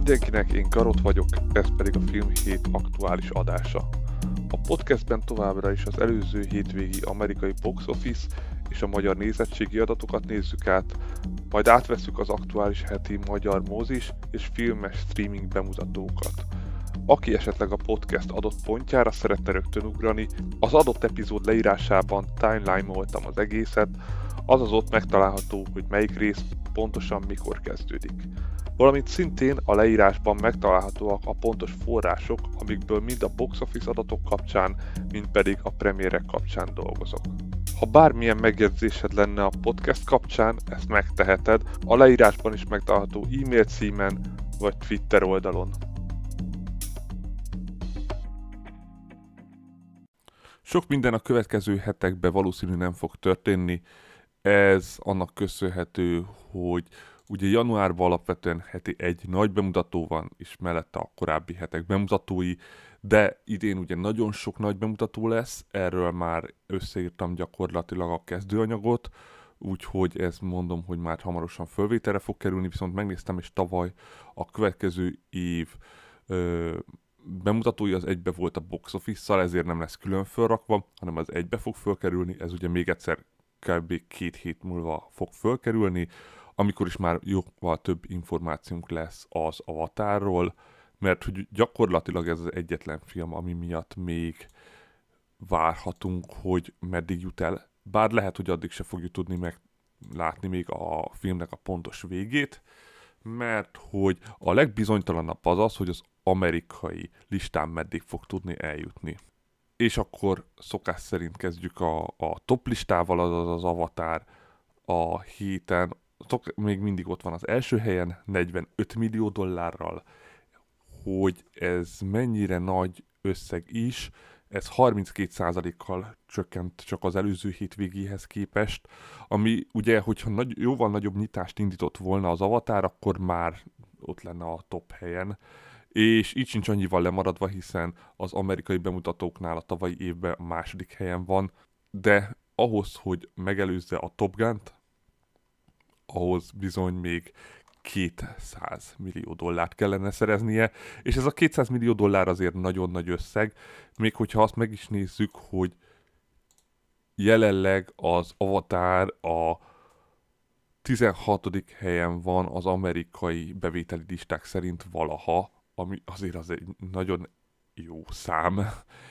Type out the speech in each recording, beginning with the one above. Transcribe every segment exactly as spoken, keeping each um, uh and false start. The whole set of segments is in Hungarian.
mindenkinek, én Garot vagyok, ez pedig a Filmhét aktuális adása. A podcastben továbbra is az előző hétvégi amerikai box office és a magyar nézettségi adatokat nézzük át, majd átvesszük az aktuális heti magyar mozis és filmes streaming bemutatókat. Aki esetleg a podcast adott pontjára szeretne rögtön ugrani, az adott epizód leírásában timeline-oltam az egészet, azaz ott megtalálható, hogy melyik rész pontosan mikor kezdődik. Valamint szintén a leírásban megtalálhatóak a pontos források, amikből mind a box office adatok kapcsán, mind pedig a premierek kapcsán dolgozok. Ha bármilyen megjegyzésed lenne a podcast kapcsán, ezt megteheted, a leírásban is megtalálható e-mail címen vagy Twitter oldalon. Sok minden a következő hetekben valószínű nem fog történni. Ez annak köszönhető, hogy ugye januárban alapvetően heti egy nagy bemutató van, és mellette a korábbi hetek bemutatói, de idén ugye nagyon sok nagy bemutató lesz, erről már összeírtam gyakorlatilag a kezdőanyagot, úgyhogy ezt mondom, hogy már hamarosan fölvételre fog kerülni, viszont megnéztem, és tavaly a következő év ö, bemutatói az egybe volt a box office-szal, ezért nem lesz külön fölrakva, hanem az egybe fog fölkerülni, ez ugye még egyszer kb. két hét múlva fog fölkerülni, amikor is már jóval több információnk lesz az Avatarról, mert hogy gyakorlatilag ez az egyetlen film, ami miatt még várhatunk, hogy meddig jut el. Bár lehet, hogy addig se fogjuk tudni meglátni még a filmnek a pontos végét, mert hogy a legbizonytalanabb az az, hogy az amerikai listán meddig fog tudni eljutni. És akkor szokás szerint kezdjük a, a top listával, azaz az Avatar a héten. Még mindig ott van az első helyen, negyvenöt millió dollárral, hogy ez mennyire nagy összeg is, ez harminckét százalékkal csökkent csak az előző hétvégéhez képest, ami ugye, hogyha nagy, jóval nagyobb nyitást indított volna az Avatar, akkor már ott lenne a top helyen, és így sincs annyival lemaradva, hiszen az amerikai bemutatóknál a tavalyi évben a második helyen van, de ahhoz, hogy megelőzze a Top Gun-t, ahhoz bizony még kétszáz millió dollárt kellene szereznie, és ez a kétszáz millió dollár azért nagyon nagy összeg, még hogyha azt meg is nézzük, hogy jelenleg az Avatar a tizenhatodik helyen van az amerikai bevételi listák szerint valaha, ami azért az egy nagyon jó szám,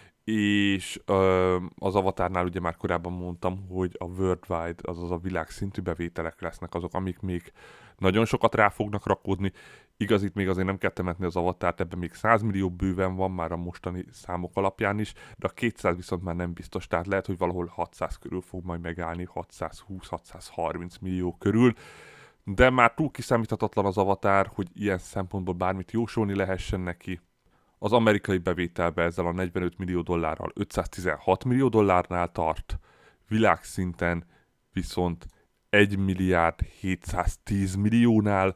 és ö, az Avatarnál ugye már korábban mondtam, hogy a worldwide, azaz a világszintű bevételek lesznek azok, amik még nagyon sokat rá fognak rakódni. Igaz, itt még azért nem kell temetni az Avatárt, ebben még száz millió bőven van már a mostani számok alapján is, de a kétszáz viszont már nem biztos, tehát lehet, hogy valahol hatszáz körül fog majd megállni, hatszázhúsz-hatszázharminc millió körül, de már túl kiszámíthatatlan az Avatar, hogy ilyen szempontból bármit jósolni lehessen neki. Az amerikai bevételbe ezzel a negyvenöt millió dollárral ötszáztizenhat millió dollárnál tart, világszinten viszont egy milliárd hétszáztíz milliónál,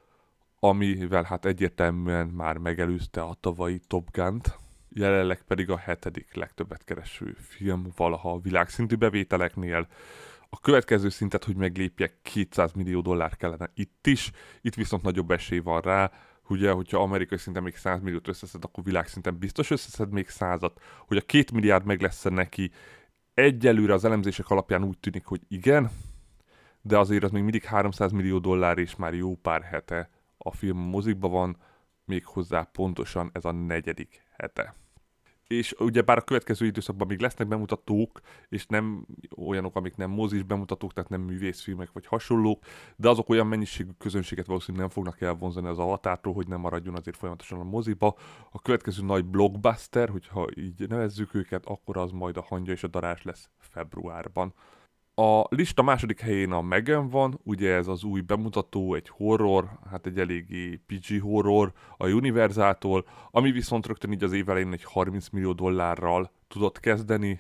amivel hát egyértelműen már megelőzte a tavalyi Top Gun-t, jelenleg pedig a hetedik legtöbbet kereső film valaha a világszintű bevételeknél. A következő szintet, hogy meglépjek, kétszáz millió dollár kellene itt is, itt viszont nagyobb esély van rá, ugye, hogyha amerikai szinten még száz milliót összeszed, akkor világszinten biztos összeszed még százat, hogy a két milliárd meg lesz neki. Egyelőre az elemzések alapján úgy tűnik, hogy igen, de azért az még mindig háromszáz millió dollár, és már jó pár hete a film mozikban van, méghozzá pontosan ez a negyedik hete. És ugye bár a következő időszakban még lesznek bemutatók, és nem olyanok, amik nem mozis bemutatók, tehát nem művészfilmek vagy hasonlók, de azok olyan mennyiségű közönséget valószínűleg nem fognak elvonzani az Avatártól, hogy nem maradjon azért folyamatosan a moziba. A következő nagy blockbuster, hogyha így nevezzük őket, akkor az majd a Hangya és a darázs lesz februárban. A lista második helyén a Megan van, ugye ez az új bemutató, egy horror, hát egy eléggé pé gé horror a Universától, ami viszont rögtön így az év elején egy harminc millió dollárral tudott kezdeni.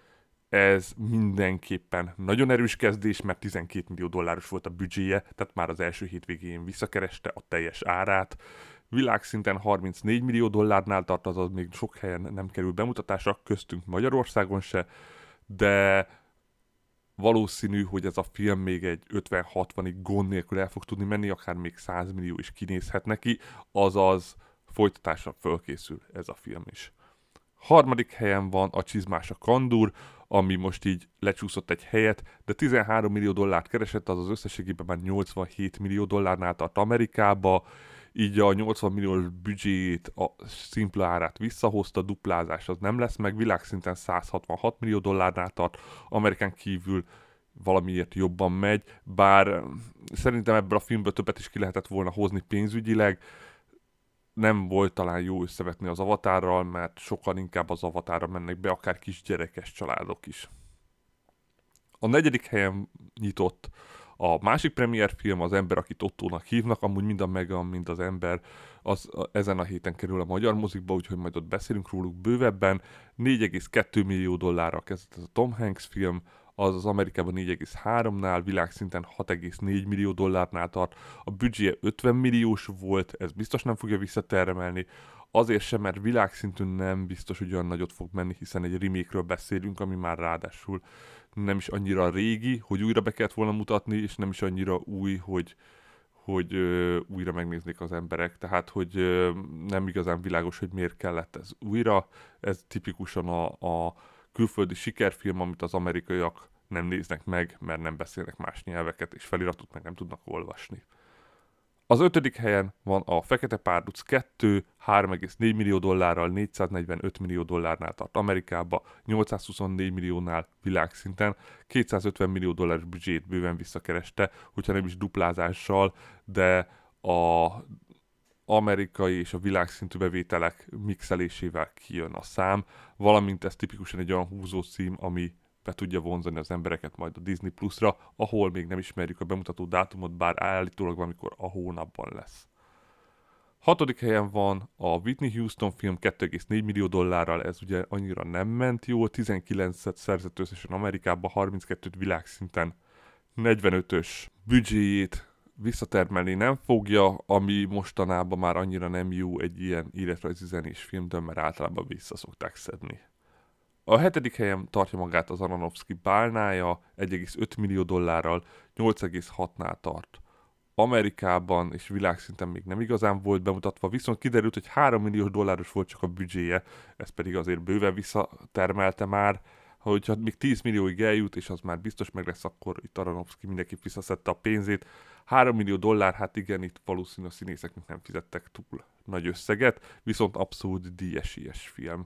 Ez mindenképpen nagyon erős kezdés, mert tizenkét millió dolláros volt a büdzséje, tehát már az első hétvégén visszakereste a teljes árát. Világszinten harmincnégy millió dollárnál tart, azaz még sok helyen nem kerül bemutatásra, köztünk Magyarországon se, de valószínű, hogy ez a film még egy ötven-hatvanig gond nélkül el fog tudni menni, akár még száz millió is kinézhet neki, azaz folytatásra fölkészül ez a film is. Harmadik helyen van a Csizmás a Kandúr, ami most így lecsúszott egy helyet, de tizenhárom millió dollárt keresett, azaz összességében már nyolcvanhét millió dollárnál tart Amerikába, így a nyolcvan milliós büdzséjét, a szimpla árát visszahozta, duplázás az nem lesz meg, világszinten száz hatvanhat millió dollárnál tart, Amerikán kívül valamiért jobban megy, bár szerintem ebből a filmből többet is ki lehetett volna hozni pénzügyileg, nem volt talán jó összevetni az Avatárral, mert sokkal inkább az Avatárra mennek be, akár kisgyerekes családok is. A negyedik helyen nyitott a másik premier film, Az ember, akit Ottónak hívnak, amúgy mind a Megan, mind az ember, az ezen a héten kerül a magyar mozikba, úgyhogy majd ott beszélünk róluk bővebben. négy egész kettő millió dollárra kezdett ez a Tom Hanks film, az az Amerikában négy egész háromnál, világszinten hat egész négy millió dollárnál tart. A büdzséje ötven milliós volt, ez biztos nem fogja visszatermelni, azért sem, mert világszintűn nem biztos, hogy olyan nagyot fog menni, hiszen egy remake-ről beszélünk, ami már ráadásul nem is annyira régi, hogy újra be kellett volna mutatni, és nem is annyira új, hogy, hogy ö, újra megnéznék az emberek. Tehát, hogy ö, nem igazán világos, hogy miért kellett ez újra. Ez tipikusan a, a külföldi sikerfilm, amit az amerikaiak nem néznek meg, mert nem beszélnek más nyelveket, és feliratot meg nem tudnak olvasni. Az ötödik helyen van a Fekete Párduc kettő, három egész négy millió dollárral, négyszáznegyvenöt millió dollárnál tart Amerikába, nyolcszázhuszonnégy milliónál világszinten, kétszázötven millió dolláros büdzsét bőven visszakereste, hogyha nem is duplázással, de a amerikai és a világszintű bevételek mixelésével kijön a szám, valamint ez tipikusan egy olyan húzó cím, ami be tudja vonzani az embereket majd a Disney Plus-ra, ahol még nem ismerjük a bemutató dátumot, bár állítólag valamikor a hónapban lesz. Hatodik helyen van a Whitney Houston film kettő egész négy millió dollárral, ez ugye annyira nem ment jól, tizenkilencet szerzett összesen Amerikában, harminckettőt világszinten, negyvenötös büdzséjét visszatermelni nem fogja, ami mostanában már annyira nem jó egy ilyen életrajzi zenés filmtől, mert általában vissza szokták szedni. A hetedik helyen tartja magát az Aronofsky Bálnája, egy egész öt millió dollárral, nyolc egész hatnál tart. Amerikában és világszinten még nem igazán volt bemutatva, viszont kiderült, hogy három millió dolláros volt csak a büdzséje, ez pedig azért bőven visszatermelte már. Hogyha még tíz millióig eljut, és az már biztos meg lesz, akkor itt Aronofsky mindenképp visszaszedte a pénzét. három millió dollár, hát igen, itt valószínű a színészeknek nem fizettek túl nagy összeget, viszont abszolút díjesélyes film.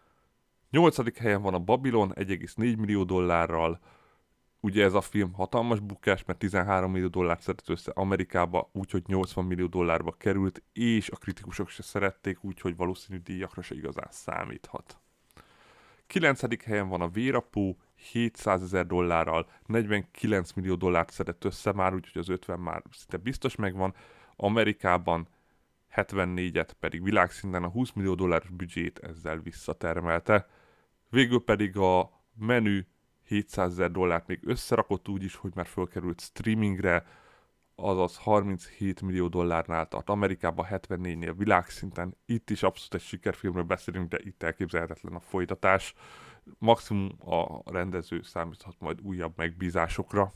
Nyolcadik helyen van a Babylon, egy egész négy millió dollárral. Ugye ez a film hatalmas bukás, mert tizenhárom millió dollárt szedett össze Amerikába, úgyhogy nyolcvan millió dollárba került, és a kritikusok se szerették, úgyhogy valószínű díjakra se igazán számíthat. Kilencedik helyen van a Vérapó, hétszázezer dollárral, negyvenkilenc millió dollárt szedett össze már, úgyhogy az ötven már szinte biztos megvan. Amerikában hetvennégyet, pedig világszinten a húsz millió dolláros büdzsét ezzel visszatermelte. Végül pedig a menü hétszázezer dollárt még összerakott úgy is, hogy már fölkerült streamingre, azaz harminchét millió dollárnál tart Amerikában, hetvennégynél világszinten. Itt is abszolút egy sikerfilmről beszélünk, de itt elképzelhetetlen a folytatás. Maximum a rendező számíthat majd újabb megbízásokra.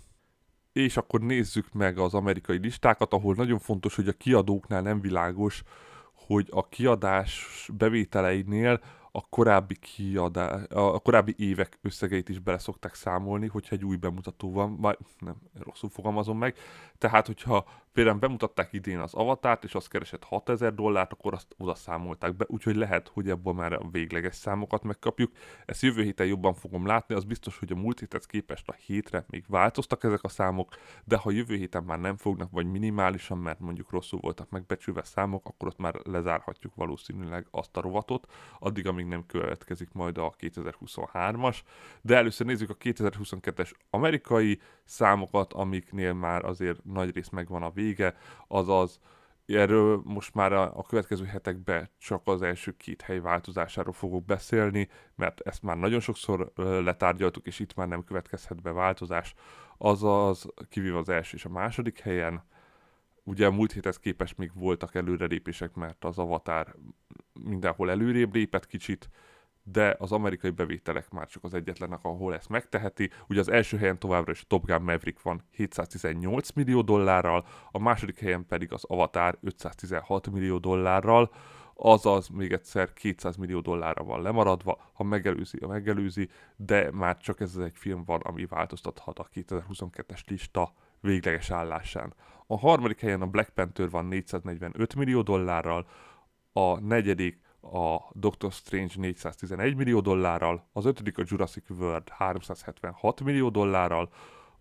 És akkor nézzük meg az amerikai listákat, ahol nagyon fontos, hogy a kiadóknál nem világos, hogy a kiadás bevételeinél a korábbi, kiadá, a korábbi évek összegeit is bele szokták számolni, hogyha egy új bemutató van, vagy nem, rosszul fogalmazom meg. Tehát, hogyha például bemutatták idén az Avatárt, és azt keresett hatezer dollárt, akkor azt oda számolták be, úgyhogy lehet, hogy ebből már a végleges számokat megkapjuk. Ezt jövő héten jobban fogom látni, az biztos, hogy a múlt héthez képest a hétre még változtak ezek a számok, de ha jövő héten már nem fognak, vagy minimálisan, mert mondjuk rosszul voltak megbecsülve számok, akkor ott már lezárhatjuk valószínűleg azt a rovatot, addig, amíg nem következik majd a kétezer-huszonhármas, de először nézzük a kétezer-huszonkettes amerikai számokat, amiknél már azért nagy rész megvan a vége, azaz erről most már a, a következő hetekben csak az első két hely változásáról fogok beszélni, mert ezt már nagyon sokszor letárgyaltuk, és itt már nem következhet be változás, azaz kivéve az első és a második helyen. Ugye a múlt héthez képest még voltak előrelépések, mert az Avatar mindenhol előrébb lépett kicsit, de az amerikai bevételek már csak az egyetlenek, ahol ezt megteheti. Ugye az első helyen továbbra is a Top Gun Maverick van hétszáztizennyolc millió dollárral, a második helyen pedig az Avatar ötszáztizenhat millió dollárral, azaz még egyszer kétszáz millió dollárra van lemaradva, ha megelőzi, ha megelőzi, de már csak ez egy film van, ami változtathat a kétezer-huszonkettes lista végleges állásán. A harmadik helyen a Black Panther van négyszáznegyvenöt millió dollárral, a negyedik a Doctor Strange négyszáztizenegy millió dollárral, az ötödik a Jurassic World háromszázhetvenhat millió dollárral,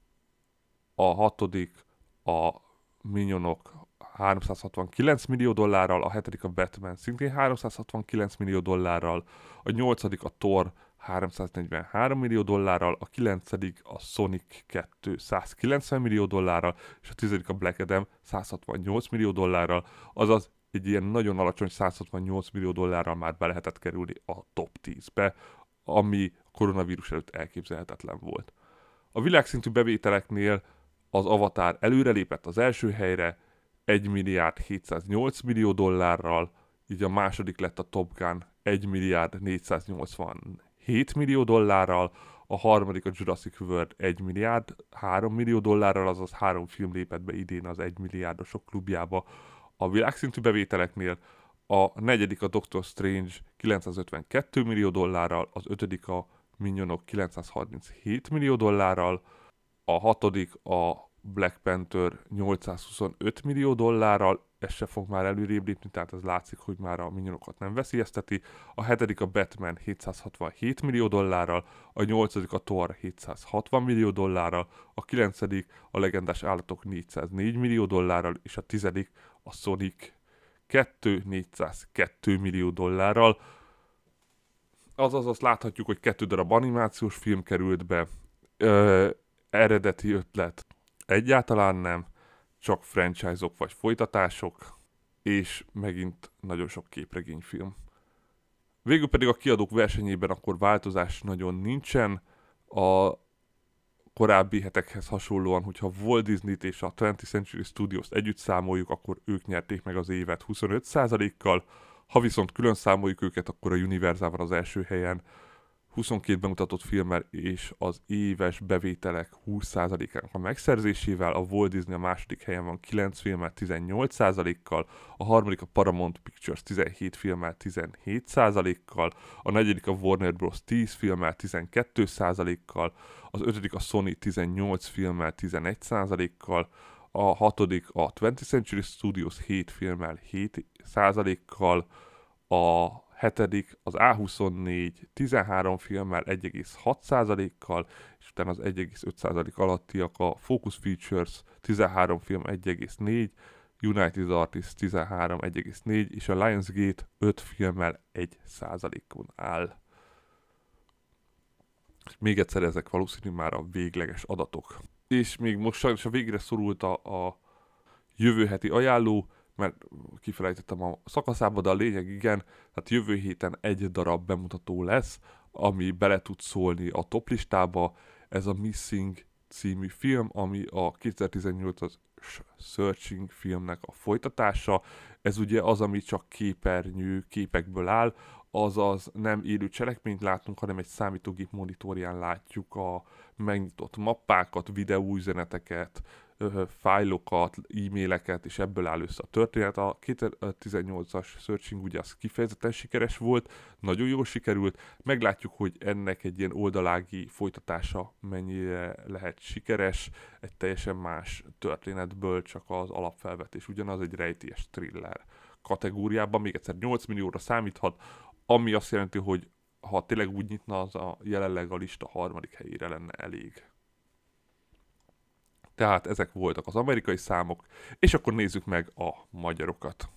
a hatodik a Minionok háromszázhatvankilenc millió dollárral, a hetedik a Batman szintén háromszázhatvankilenc millió dollárral, a nyolcadik a Thor háromszáznegyvenhárom millió dollárral, a kilencedik a Sonic kettő százkilencven millió dollárral, és a tizedik a Black Adam százhatvannyolc millió dollárral, azaz egy ilyen nagyon alacsony százhatvannyolc millió dollárral már be lehetett kerülni a top tízbe, ami a koronavírus előtt elképzelhetetlen volt. A világszintű bevételeknél az Avatar előrelépett az első helyre egy milliárd hétszáznyolc millió dollárral, így a második lett a Top Gun egy milliárd négyszáznyolcvanhét millió dollárral, a harmadik a Jurassic World egy milliárd három millió dollárral, azaz három film lépett be idén az egy milliárdosok klubjába. A világszintű bevételeknél a negyedik a Doctor Strange kilencszázötvenkettő millió dollárral, az ötödik a Minionok kilencszázharminchét millió dollárral, a hatodik a Black Panther nyolcszázhuszonöt millió dollárral, ez se fog már előrébb lépni, tehát ez látszik, hogy már a Minionokat nem veszélyezteti. A hetedik a Batman hétszázhatvanhét millió dollárral, a nyolcadik a Thor hétszázhatvan millió dollárral, a kilencedik a Legendás Állatok négyszáznégy millió dollárral, és a tizedik a Sonic kettő négyszázkettő millió dollárral. Azaz azt láthatjuk, hogy kettő darab animációs film került be, Ö, eredeti ötlet egyáltalán nem, csak franchise-ok vagy folytatások, és megint nagyon sok képregényfilm. Végül pedig a kiadók versenyében akkor változás nagyon nincsen. A korábbi hetekhez hasonlóan, hogyha Walt Disney-t és a twentieth Century Studios-t együtt számoljuk, akkor ők nyerték meg az évet huszonöt százalékkal, ha viszont külön számoljuk őket, akkor a Universal van az első helyen, huszonkét bemutatott filmmel és az éves bevételek húsz százalékának a megszerzésével, a Walt Disney a második helyen van kilenc filmmel tizennyolc százalékkal, a harmadik a Paramount Pictures tizenhét filmmel tizenhét százalékkal, a negyedik a Warner Bros. tíz filmmel tizenkét százalékkal, az ötödik a Sony tizennyolc filmmel tizenegy százalékkal, a hatodik a twentieth Century Studios hét filmmel hét százalékkal, a hetedik az á huszonnégy tizenhárom filmmel egy egész hat százalékkal, és utána az egy egész öt százalék alattiak a Focus Features tizenhárom film egy egész négy, United Artists tizenhárom egy egész négy, és a Lionsgate öt filmmel egy százalékon áll. Még egyszer, ezek valószínűleg már a végleges adatok. És még most sajnos a végre szorult a, a jövő heti ajánló, mert kifelejtettem a szakaszába, de a lényeg igen, tehát jövő héten egy darab bemutató lesz, ami bele tud szólni a toplistába. Ez a Missing című film, ami a kétezer-tizennyolcas Searching filmnek a folytatása. Ez ugye az, ami csak képernyő képekből áll, azaz nem élő cselekményt látunk, hanem egy számítógép monitorján látjuk a megnyitott mappákat, videóüzeneteket, fájlokat, e-maileket, és ebből áll össze a történet. A kétezer-tizennyolcas Searching ugye az kifejezetten sikeres volt, nagyon jól sikerült, meglátjuk, hogy ennek egy ilyen oldalági folytatása mennyire lehet sikeres, egy teljesen más történetből, csak az alapfelvetés ugyanaz, egy rejtélyes thriller kategóriában, még egyszer nyolc millióra számíthat, ami azt jelenti, hogy ha tényleg úgy nyitna, az a jelenleg a lista harmadik helyére lenne elég. Tehát ezek voltak az amerikai számok, és akkor nézzük meg a magyarokat.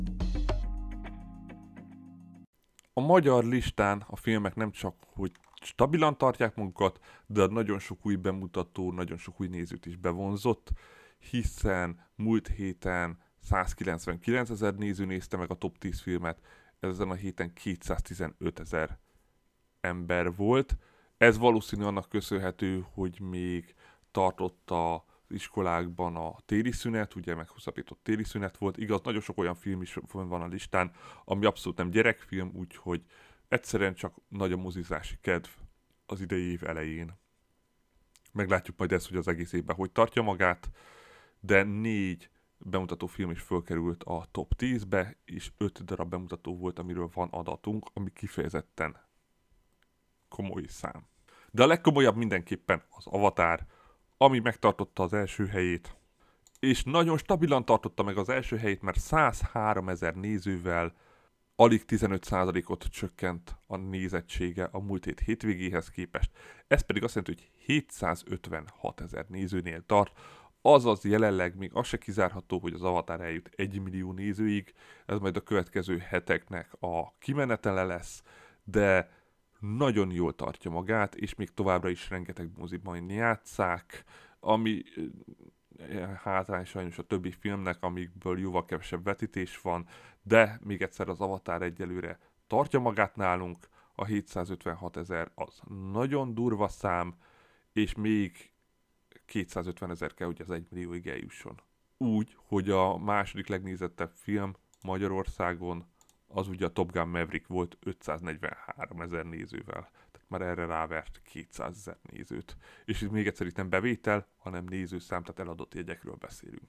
A magyar listán a filmek nem csak, hogy stabilan tartják magukat, de nagyon sok új bemutató, nagyon sok új nézőt is bevonzott, hiszen múlt héten százkilencvenkilenc ezer néző nézte meg a top tíz filmet, ezen a héten kétszáztizenöt ezer ember volt. Ez valószínű annak köszönhető, hogy még tartott a iskolákban a téli szünet, ugye meghosszabbított téli szünet volt. Igaz, nagyon sok olyan film is van a listán, ami abszolút nem gyerekfilm, úgyhogy Egyszerűen csak nagy a mozizási kedv az idei év elején. Meglátjuk majd ezt, hogy az egész évben hogy tartja magát, de négy bemutató film is fölkerült a top tízbe, és öt darab bemutató volt, amiről van adatunk, ami kifejezetten komoly szám. De a legkomolyabb mindenképpen az Avatar, ami megtartotta az első helyét, és nagyon stabilan tartotta meg az első helyét, mert százháromezer nézővel alig tizenöt százalékot csökkent a nézettsége a múlt hét hétvégéhez képest. Ez pedig azt jelenti, hogy hétszázötvenhat ezer nézőnél tart, azaz jelenleg még az se kizárható, hogy az Avatar eljut egy millió nézőig, ez majd a következő heteknek a kimenetele lesz, de nagyon jól tartja magát, és még továbbra is rengeteg moziban játsszák, ami hátrány sajnos a többi filmnek, amikből jóval kevesebb vetítés van, de még egyszer az Avatar egyelőre tartja magát nálunk, a hétszázötvenhat ezer az nagyon durva szám, és még kétszázötven ezer kell, hogy az egy millióig eljusson. Úgy, hogy a második legnézettebb film Magyarországon az ugye a Top Gun Maverick volt ötszáznegyvenhárom ezer nézővel. Tehát már erre rávert kétszáz ezer nézőt. És itt még egyszer itt nem bevétel, hanem nézőszám, tehát eladott jegyekről beszélünk.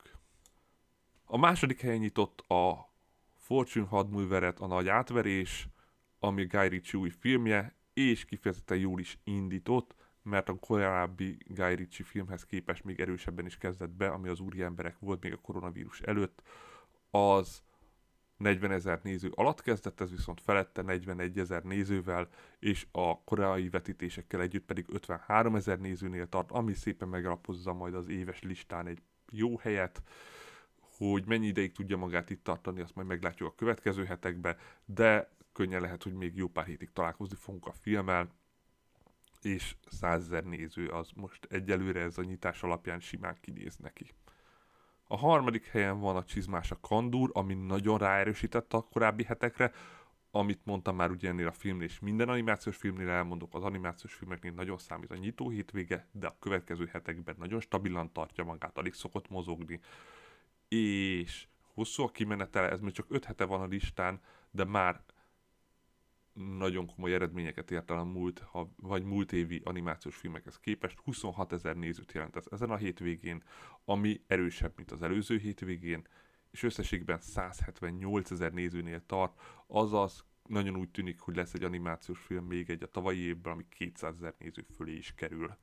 A második helyen nyitott a Fortune hadműveret, a Nagy átverés, ami Guy Ritchie új filmje, és kifejezetten jól is indított, mert a korábbi Guy Ritchie filmhez képest még erősebben is kezdett be, ami az Úri emberek volt még a koronavírus előtt, az negyvenezer néző alatt kezdett, ez viszont felette negyvenegy ezer nézővel, és a koreai vetítésekkel együtt pedig ötvenhárom ezer nézőnél tart, ami szépen megalapozza majd az éves listán egy jó helyet. Hogy mennyi ideig tudja magát itt tartani, azt majd meglátjuk a következő hetekben, de könnyen lehet, hogy még jó pár hétig találkozni fogunk a filmmel, és százezer néző az most egyelőre ez a nyitás alapján simán kinéz neki. A harmadik helyen van a Csizmás a Kandúr, ami nagyon ráerősített a korábbi hetekre, amit mondtam már ugye ennél a filmnél, és minden animációs filmnél elmondok, az animációs filmeknél nagyon számít a nyitó hétvége, de a következő hetekben nagyon stabilan tartja magát, alig szokott mozogni, és hosszú a kimenetele, ez még csak öt hete van a listán, de már nagyon komoly eredményeket ért el a múlt, ha, vagy múlt évi animációs filmekhez képest. huszonhat ezer nézőt jelent ez ezen a hétvégén, ami erősebb, mint az előző hétvégén, és összességben százhetvennyolc ezer nézőnél tart, azaz nagyon úgy tűnik, hogy lesz egy animációs film még egy a tavalyi évben, ami kétszáz ezer néző fölé is kerül.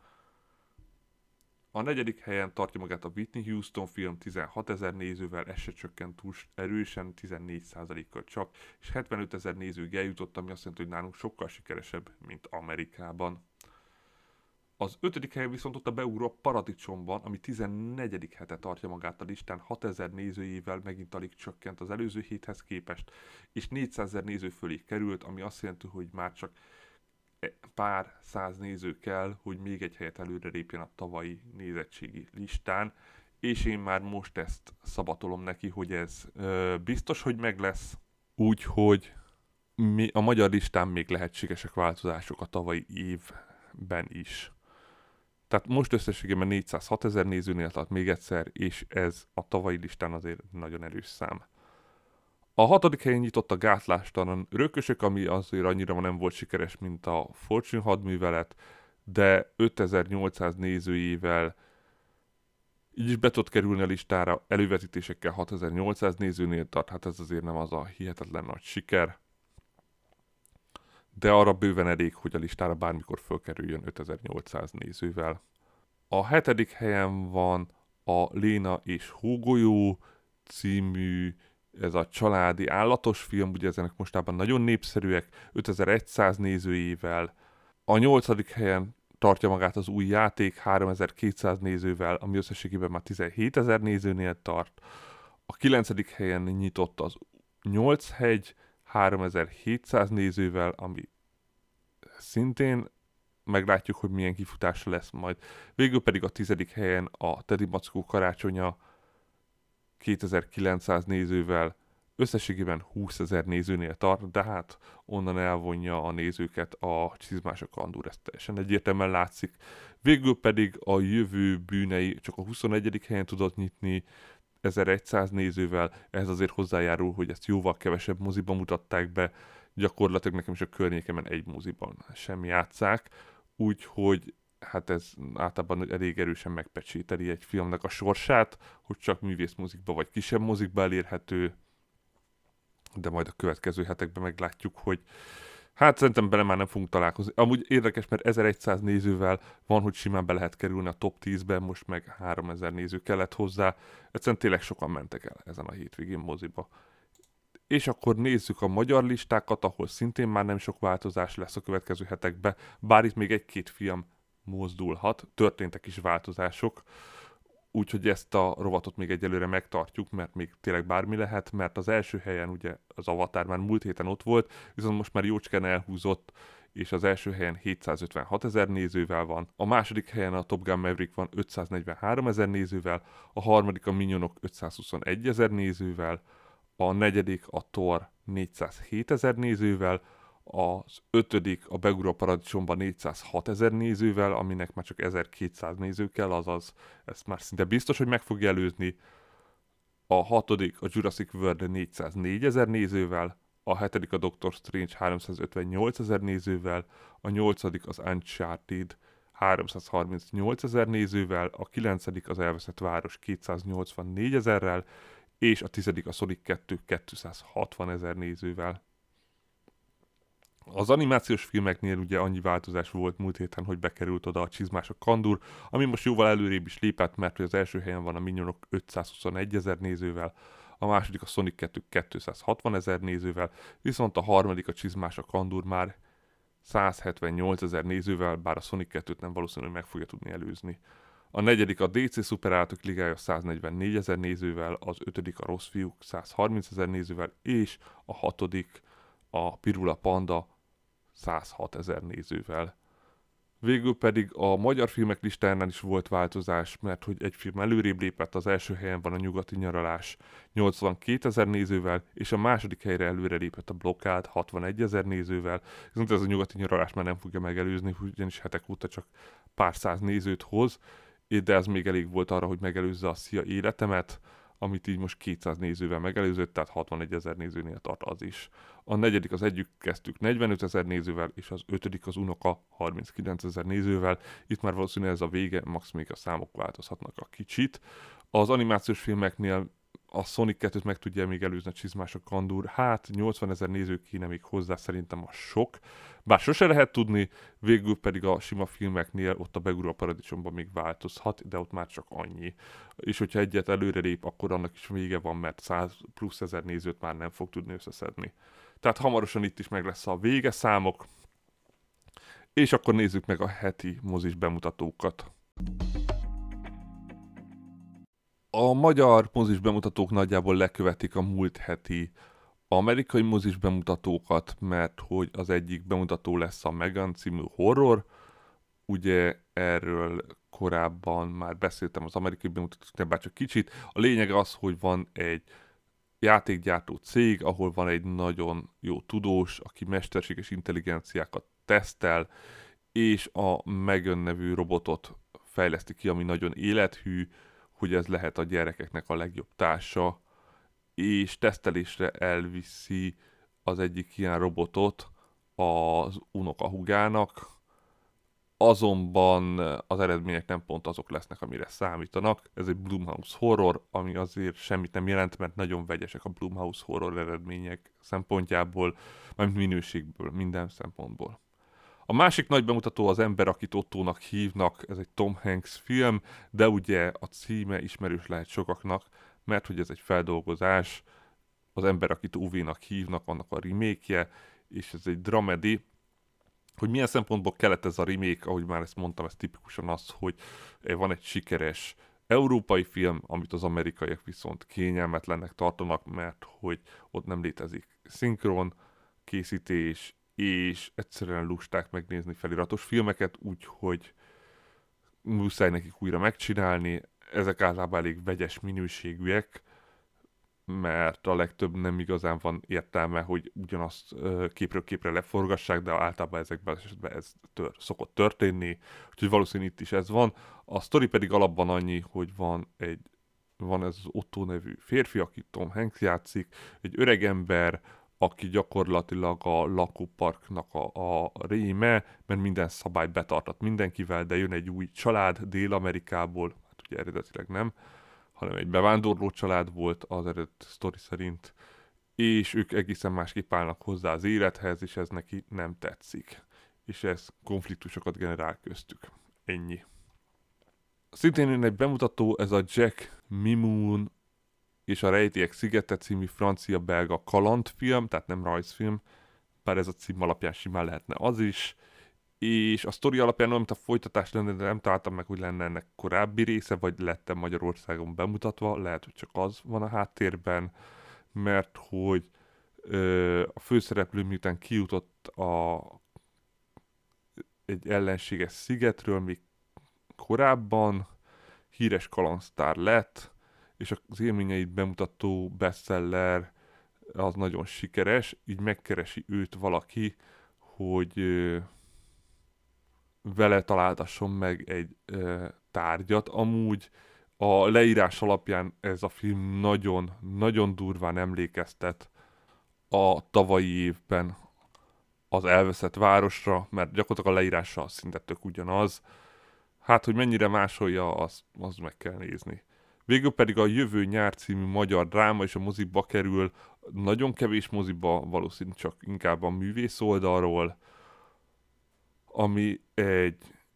A negyedik helyen tartja magát a Whitney Houston film tizenhat ezer nézővel, ez se csökkent túl erősen, tizennégy százalékkal csak, és hetvenöt ezer nézőig eljutott, ami azt jelenti, hogy nálunk sokkal sikeresebb, mint Amerikában. Az ötödik helyen viszont ott a beugró Paradicsomban, ami tizennegyedik hete tartja magát a listán, hatezer nézőjével megint alig csökkent az előző héthez képest, és négyszázezer néző fölé került, ami azt jelenti, hogy már csak pár száz néző kell, hogy még egy helyet előre lépjen a tavalyi nézettségi listán, és én már most ezt szabatolom neki, hogy ez ö, biztos, hogy meg lesz, úgyhogy mi, a magyar listán még lehetségesek változások a tavalyi évben is. Tehát most összességében négyszázhat ezer nézőnél tart még egyszer, és ez a tavalyi listán azért nagyon erős szám. A hatodik helyen nyitott a Gátlástalan örökösök, ami azért annyira nem volt sikeres, mint a Fortune hadművelet, de ötezer-nyolcszáz nézőjével így is be tudott kerülni a listára, elővetítésekkel hatezer-nyolcszáz nézőnél tart, hát ez azért nem az a hihetetlen nagy siker, de arra bőven elég, hogy a listára bármikor fölkerüljön ötezer-nyolcszáz nézővel. A hetedik helyen van a Léna és Hógolyó című, ez a családi állatos film, ugye ezenek mostában nagyon népszerűek, ötezer-száz nézőjével. A nyolcadik helyen tartja magát az új játék háromezer-kétszáz nézővel, ami összességében már tizenhétezer nézőnél tart. A kilencedik helyen nyitott az Nyolchegy háromezer-hétszáz nézővel, ami szintén meglátjuk, hogy milyen kifutása lesz majd. Végül pedig a tizedik helyen a Teddy Mackó karácsonya kétezer-kilencszáz nézővel, összességében húszezer nézőnél tart, de hát onnan elvonja a nézőket a Csizmás a Kandúr, ez teljesen egyértelműen látszik. Végül pedig a Jövő bűnei csak a huszonegyedik helyen tudott nyitni, ezerszáz nézővel, ehhez azért hozzájárul, hogy ezt jóval kevesebb moziban mutatták be, gyakorlatilag nekem is a környékemen egy moziban sem játsszák, úgyhogy hát ez általában elég erősen megpecsételi egy filmnek a sorsát, hogy csak művészmozikba vagy kisebb mozikba elérhető, de majd a következő hetekben meglátjuk, hogy hát szerintem bele már nem fogunk találkozni. Amúgy érdekes, mert ezerszáz nézővel van, hogy simán be lehet kerülni a top tízben, most meg háromezer néző kellett hozzá. Egyszerűen tényleg sokan mentek el ezen a hétvégén moziba. És akkor nézzük a magyar listákat, ahol szintén már nem sok változás lesz a következő hetekben, bár itt még egy-két film mozdulhat, történtek is változások, úgyhogy ezt a rovatot még egyelőre megtartjuk, mert még tényleg bármi lehet, mert az első helyen ugye az Avatar már múlt héten ott volt, viszont most már jócskán elhúzott, és az első helyen hétszázötvenhat ezer nézővel van, a második helyen a Top Gun Maverick van ötszáznegyvenhárom ezer nézővel, a harmadik a Minionok ötszázhuszonegy ezer nézővel, a negyedik a Thor négyszázhét ezer nézővel, az ötödik a Beugró a Paradicsomban négyszázhat ezer nézővel, aminek már csak ezerkétszáz néző kell, azaz ezt már szinte biztos, hogy meg fogja előzni. A hatodik a Jurassic World négyszáznégy ezer nézővel, a hetedik a Doctor Strange háromszázötvennyolc ezer nézővel, a nyolcadik az Uncharted háromszázharmincnyolc ezer nézővel, a kilencedik az Elveszett Város kétszáznyolcvannégy ezerrel, és a tizedik a Sonic kettő kétszázhatvan ezer nézővel. Az animációs filmeknél ugye annyi változás volt múlt héten, hogy bekerült oda a Csizmás a Kandúr, ami most jóval előrébb is lépett, mert hogy az első helyen van a Minionok ötszázhuszonegy ezer nézővel, a második a Sonic kettő kétszázhatvan ezer nézővel, viszont a harmadik a Csizmás a Kandúr már százhetvennyolc ezer nézővel, bár a Sonic kettőt nem valószínű, hogy meg fogja tudni előzni. A negyedik a dé cé Szuperállatok Ligája száznegyvennégy ezer nézővel, az ötödik a Rossz Fiúk százharminc ezer nézővel, és a hatodik a Pirula Panda százhat ezer nézővel. Végül pedig a magyar filmek listájánál is volt változás, mert hogy egy film előrébb lépett, az első helyen van a Nyugati Nyaralás nyolcvankét ezer nézővel, és a második helyre előre lépett a Blokkád hatvanegy ezer nézővel, viszont ez a Nyugati Nyaralás már nem fogja megelőzni, ugyanis hetek óta csak pár száz nézőt hoz, de ez még elég volt arra, hogy megelőzze a Szia Életemet, amit így most kétszáz nézővel megelőzött, tehát hatvanegy ezer nézőnél tart az is. A negyedik az Együtt Kezdtük negyvenöt ezer nézővel, és az ötödik az Unoka harminckilenc ezer nézővel. Itt már valószínűleg ez a vége, max még a számok változhatnak a kicsit. Az animációs filmeknél a Sonic kettőt meg tudja még előzni a Csizmás a Kandúr. Hát nyolcvan ezer néző kéne még hozzá, szerintem a sok. Bár sose lehet tudni, végül pedig a sima filmeknél ott a Beugró a Paradicsomban még változhat, de ott már csak annyi. És hogyha egyet előre lép, akkor annak is vége van, mert száz plusz ezer nézőt már nem fog tudni összeszedni. Tehát hamarosan itt is meg lesz a vége számok. És akkor nézzük meg a heti mozis bemutatókat. A magyar mozis bemutatók nagyjából lekövetik a múlt heti amerikai mozis bemutatókat, mert hogy az egyik bemutató lesz a Megan című horror. Ugye erről korábban már beszéltem az amerikai bemutatóknál, bár csak kicsit. A lényeg az, hogy van egy játékgyártó cég, ahol van egy nagyon jó tudós, aki mesterséges intelligenciákat tesztel, és a Megan nevű robotot fejleszti ki, ami nagyon élethű, hogy ez lehet a gyerekeknek a legjobb társa, és tesztelésre elviszi az egyik ilyen robotot az unokahugának, azonban az eredmények nem pont azok lesznek, amire számítanak. Ez egy Blumhouse horror, ami azért semmit nem jelent, mert nagyon vegyesek a Blumhouse horror eredmények szempontjából, mármint minőségből, minden szempontból. A másik nagy bemutató az Ember, akit Ottónak hívnak, ez egy Tom Hanks film, de ugye a címe ismerős lehet sokaknak, mert hogy ez egy feldolgozás, az Ember, akit Uvénak hívnak, annak a remake-je, és ez egy dramedy. Hogy milyen szempontból kellett ez a remake, ahogy már ezt mondtam, ez tipikusan az, hogy van egy sikeres európai film, amit az amerikaiak viszont kényelmetlennek tartanak, mert hogy ott nem létezik szinkron készítés, és egyszerűen lusták megnézni feliratos filmeket, úgyhogy muszáj nekik újra megcsinálni. Ezek általában elég vegyes minőségűek, mert a legtöbb nem igazán van értelme, hogy ugyanazt képről képre leforgassák, de általában ezekben az esetben ez tör, szokott történni, úgyhogy valószínű itt is ez van. A sztori pedig alapban annyi, hogy van egy van ez az Otto nevű férfi, aki Tom Hanks játszik, egy öreg ember, aki gyakorlatilag a lakóparknak a, a réme, mert minden szabályt betartat mindenkivel, de jön egy új család Dél-Amerikából, hát ugye eredetileg nem, hanem egy bevándorló család volt az eredet sztori szerint, és ők egészen másképp állnak hozzá az élethez, és ez neki nem tetszik. És ez konfliktusokat generál köztük. Ennyi. Szintén jön egy bemutató, ez a Jack Mimoun és a Rejtélyek szigete című francia-belga kalandfilm, tehát nem rajzfilm, bár ez a cím alapján simán lehetne az is, és a sztori alapján olyan, mint a folytatás lenne, de nem találtam meg, hogy lenne ennek korábbi része, vagy lettem Magyarországon bemutatva, lehet, hogy csak az van a háttérben, mert hogy ö, a főszereplő miután kijutott a, egy ellenséges szigetről még korábban, híres kalandsztár lett, és az élményeit bemutató bestseller az nagyon sikeres, így megkeresi őt valaki, hogy ö, vele találtasson meg egy ö, tárgyat. Amúgy a leírás alapján ez a film nagyon-nagyon durván emlékeztet a tavalyi évben az elveszett városra, mert gyakorlatilag a leírása szinte tök ugyanaz. Hát, hogy mennyire másolja, az, az meg kell nézni. Végül pedig a Jövő nyár című magyar dráma és a moziba kerül, nagyon kevés moziba, valószínűleg csak inkább a művész oldalról, ami egy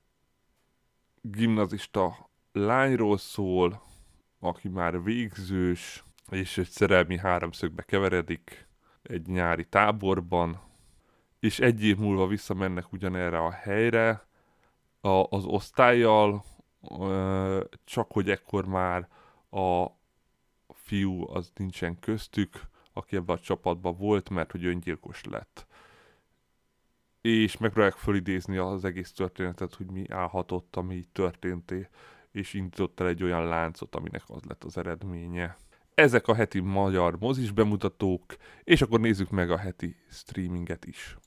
gimnazista lányról szól, aki már végzős, és egy szerelmi háromszögbe keveredik egy nyári táborban, és egy év múlva visszamennek ugyanerre a helyre a, az osztályjal, csak hogy ekkor már a fiú az nincsen köztük, aki ebben a csapatban volt, mert hogy öngyilkos lett. És megpróbálják fölidézni az egész történetet, hogy mi állhatott, ami így történté, és indított el egy olyan láncot, aminek az lett az eredménye. Ezek a heti magyar mozis bemutatók, és akkor nézzük meg a heti streaminget is.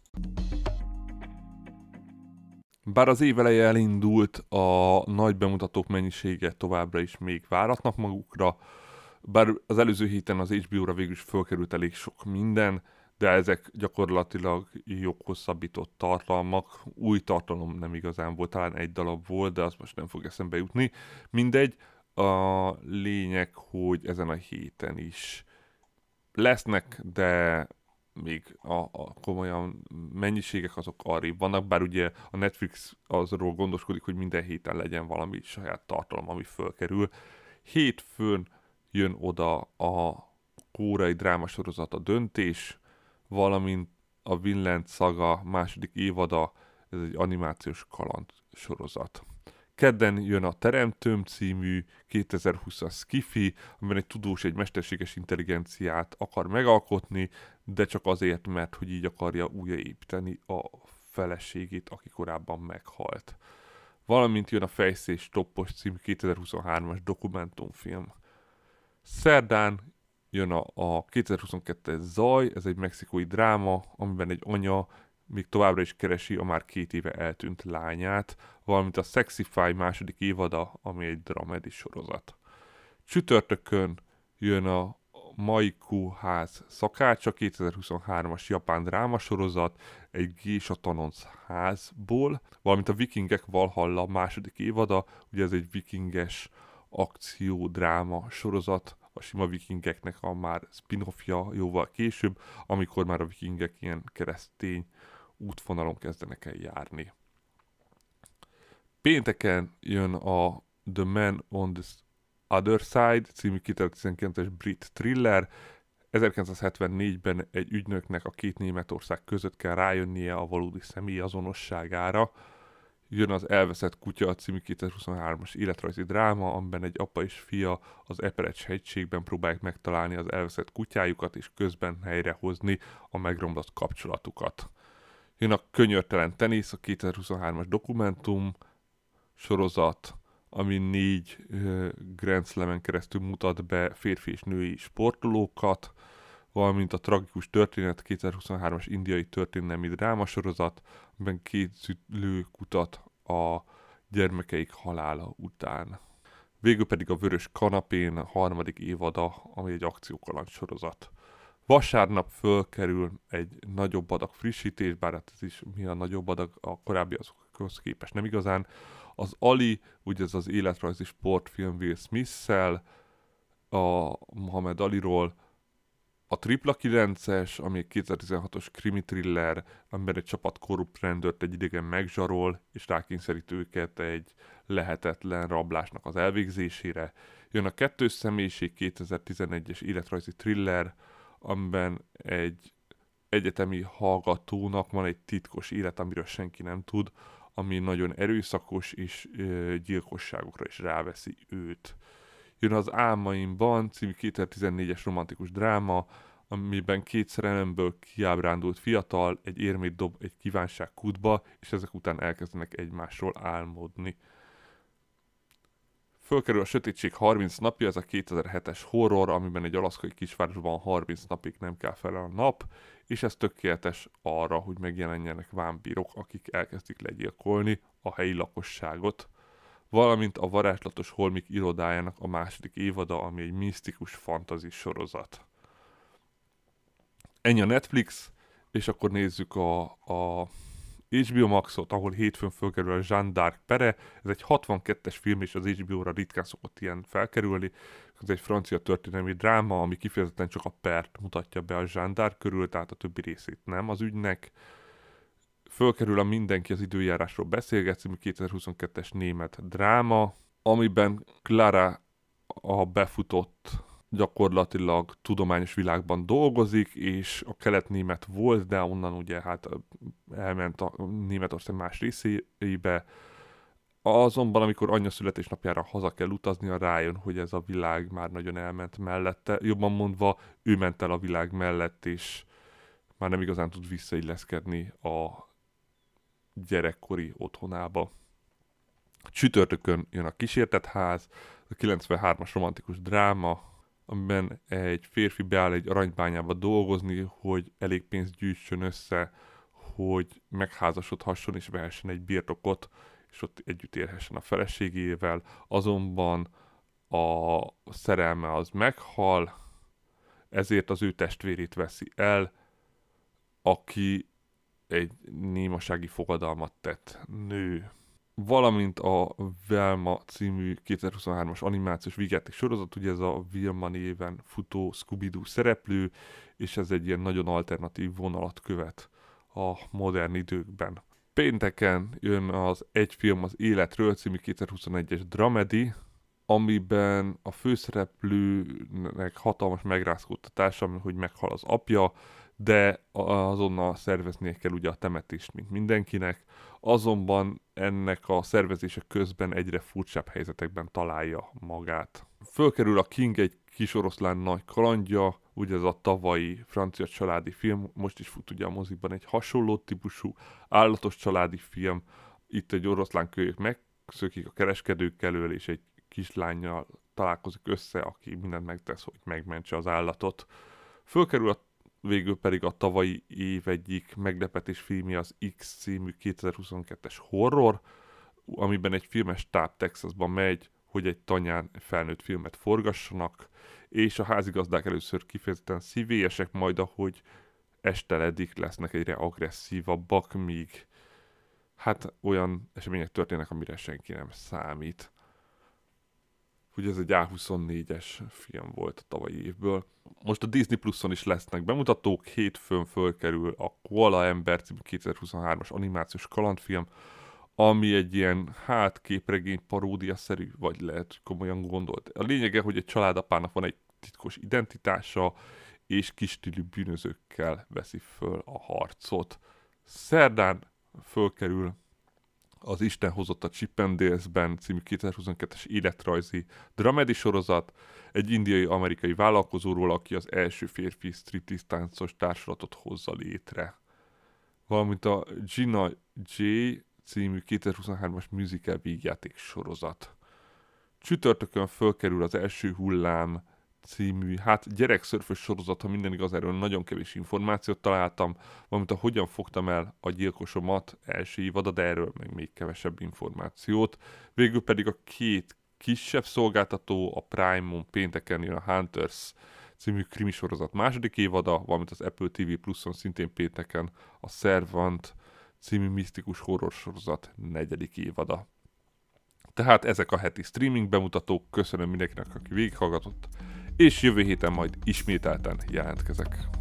Bár az év eleje elindult, a nagy bemutatók mennyisége továbbra is még váratnak magukra, bár az előző héten az há bé ó-ra végül is fölkerült elég sok minden, de ezek gyakorlatilag joghosszabbított tartalmak, új tartalom nem igazán volt, talán egy darab volt, de az most nem fog eszembe jutni. Mindegy, a lényeg, hogy ezen a héten is lesznek, de még a, a komolyan mennyiségek azok arrébb vannak, bár ugye a Netflix azról gondoskodik, hogy minden héten legyen valami saját tartalom, ami fölkerül. Hétfőn jön oda a koreai drámasorozat A Döntés, valamint a Vinland Saga második évada, ez egy animációs kaland sorozat. Kedden jön a Teremtőm című kétezer-húszas sci-fi, amiben egy tudós egy mesterséges intelligenciát akar megalkotni, de csak azért, mert hogy így akarja újraépíteni a feleségét, aki korábban meghalt. Valamint jön a Fejszés Toppos című kétezer-huszonhármas dokumentumfilm. Szerdán jön a, a kétezer-huszonkettes Zaj, ez egy mexikói dráma, amiben egy anya még továbbra is keresi a már két éve eltűnt lányát, valamint a Sexify második évada, ami egy dramedi sorozat. Csütörtökön jön a Maiku ház szakácsa, kétezer-huszonhármas japán drámasorozat, egy Gésa tanonc házból, valamint a Vikingek Valhalla második évada, ugye ez egy vikinges akció-dráma sorozat, a sima vikingeknek a már spin-offja jóval később, amikor már a vikingek ilyen keresztény útvonalon kezdenek el járni. Pénteken jön a The Man on the Other Side című kétezer-tizenkilences brit thriller. ezerkilencszázhetvennégyben egy ügynöknek a két Németország között kell rájönnie a valódi személy azonosságára. Jön az Elveszett kutya című kétezer-huszonhármas életrajzi dráma, amiben egy apa és fia az Eperecs hegységben próbálják megtalálni az elveszett kutyájukat, és közben helyrehozni a megromlott kapcsolatukat. Jön a Könyörtelen tenisz, a kétezer-huszonhármas dokumentum sorozat, ami négy uh, Grand Slam-en keresztül mutat be férfi és női sportolókat, valamint a Tragikus történet, kétezer-huszonhármas indiai történelmi drámasorozat, amiben két szülő kutat a gyermekeik halála után. Végül pedig a Vörös kanapén a harmadik évada, ami egy akciókaland sorozat. Vasárnap fölkerül egy nagyobb adag frissítés, bár hát ez is mi a nagyobb adag, a korábbi azokhoz képest nem igazán. Az Ali, ugye ez az életrajzi sportfilm Will Smith-szel, a Muhammad Aliról, a Tripla kilences, ami egy kétezer-tizenhatos krimi thriller, amiben egy csapat korrupt rendőrt egy idegen megzsarol, és rákényszerít őket egy lehetetlen rablásnak az elvégzésére. Jön a Kettős személyiség kétezer-tizenegyes életrajzi thriller, amiben egy egyetemi hallgatónak van egy titkos élet, amiről senki nem tud, ami nagyon erőszakos és ö, gyilkosságokra is ráveszi őt. Jön az Álmaimban című kétezer-tizennégyes romantikus dráma, amiben két szerelemből kiábrándult fiatal egy érmét dob egy kívánság kútba, és ezek után elkezdenek egymásról álmodni. Fölkerül a Sötétség harminc napja, ez a kétezer-hetes horror, amiben egy alaszkai kisvárosban harminc napig nem kell fel a nap, és ez tökéletes arra, hogy megjelenjenek vámpírok, akik elkezdik legyilkolni a helyi lakosságot, valamint a Varázslatos Holmik irodájának a második évada, ami egy misztikus fantasy sorozat. Ennyi a Netflix, és akkor nézzük a, a há bé o Maxot, ahol hétfőn fölkerül a Jeanne d'Arc pere. Ez egy hatvankettes film, és az há bé o-ra ritkán szokott ilyen felkerülni. Ez egy francia történelmi dráma, ami kifejezetten csak a pert mutatja be a Jeanne d'Arc körül, tehát a többi részét nem az ügynek. Fölkerül a Mindenki az időjárásról beszélget, című kétezer-huszonkettes német dráma, amiben Clara, a befutott, gyakorlatilag tudományos világban dolgozik, és a kelet-német volt, de onnan ugye hát elment a Németország más részébe. Azonban, amikor anyja születésnapjára haza kell utaznia, rájön, hogy ez a világ már nagyon elment mellette. Jobban mondva, ő ment el a világ mellett, és már nem igazán tud visszailleszkedni a gyerekkori otthonába. Csütörtökön jön a Kísértett ház, a kilencvenhármas romantikus dráma, amiben egy férfi beáll egy aranybányába dolgozni, hogy elég pénzt gyűjtsön össze, hogy megházasodhasson és vehessen egy birtokot, és ott együtt élhessen a feleségével. Azonban a szerelme az meghal, ezért az ő testvérét veszi el, aki egy némasági fogadalmat tett nő. Valamint a Velma című kétezer-huszonhármas animációs vígjáték sorozat, ugye ez a Vilma néven futó Scooby-Doo szereplő, és ez egy ilyen nagyon alternatív vonalat követ a modern időkben. Pénteken jön az Egy film az életről című kétezer-huszonegyes dramedy, amiben a főszereplőnek hatalmas megrázkódtatása, hogy meghal az apja, de azonnal szerveznie kell ugye a temetést, mint mindenkinek, azonban ennek a szervezése közben egyre furcsább helyzetekben találja magát. Fölkerül a King egy kis oroszlán nagy kalandja, ugye ez a tavalyi francia családi film, most is fut ugye a moziban egy hasonló típusú állatos családi film, itt egy oroszlán kölyök megszökik a kereskedők elől, és egy kislánnyal találkozik össze, aki mindent megtesz, hogy megmentse az állatot. Fölkerül a végül pedig a tavalyi év egyik meglepetés filmje az X című kétezer-huszonkettes horror, amiben egy filmes stáb Texasban megy, hogy egy tanyán felnőtt filmet forgassanak, és a házigazdák először kifejezetten szívélyesek, majd ahogy esteledik, lesznek egyre agresszívabbak, míg hát olyan események történnek, amire senki nem számít. Ugye ez egy á huszonnégyes film volt a tavalyi évből. Most a Disney Pluson is lesznek bemutatók, hétfőn fölkerül a Koala Ember című kétezer-huszonhármas animációs kalandfilm, ami egy ilyen hát képregény paródia-szerű, vagy lehet, hogy komolyan gondolt. A lényege, hogy egy családapának van egy titkos identitása, és kisstílű bűnözőkkel veszi föl a harcot. Szerdán fölkerül az Isten hozott a Chip and Dale-ben című kétezer-huszonkettes életrajzi dramedy sorozat, egy indiai-amerikai vállalkozóról, aki az első férfi striptease táncos társulatot hozza létre. Valamint a Gina J című kétezer-huszonhármas musical vígjáték sorozat. Csütörtökön fölkerül az Első hullám című, hát gyerekszörfös sorozat, ha minden igaz, erről nagyon kevés információt találtam, valamint a Hogyan fogtam el a gyilkosomat első évada, de erről meg még kevesebb információt. Végül pedig a két kisebb szolgáltató, a Prime-on pénteken jön a Hunters című krimi sorozat második évada, valamint az Apple té vé Pluson szintén pénteken a Servant című misztikus horror sorozat negyedik évada. Tehát ezek a heti streaming bemutatók, köszönöm mindenkinek, aki végighallgatott, és jövő héten majd ismételten jelentkezek.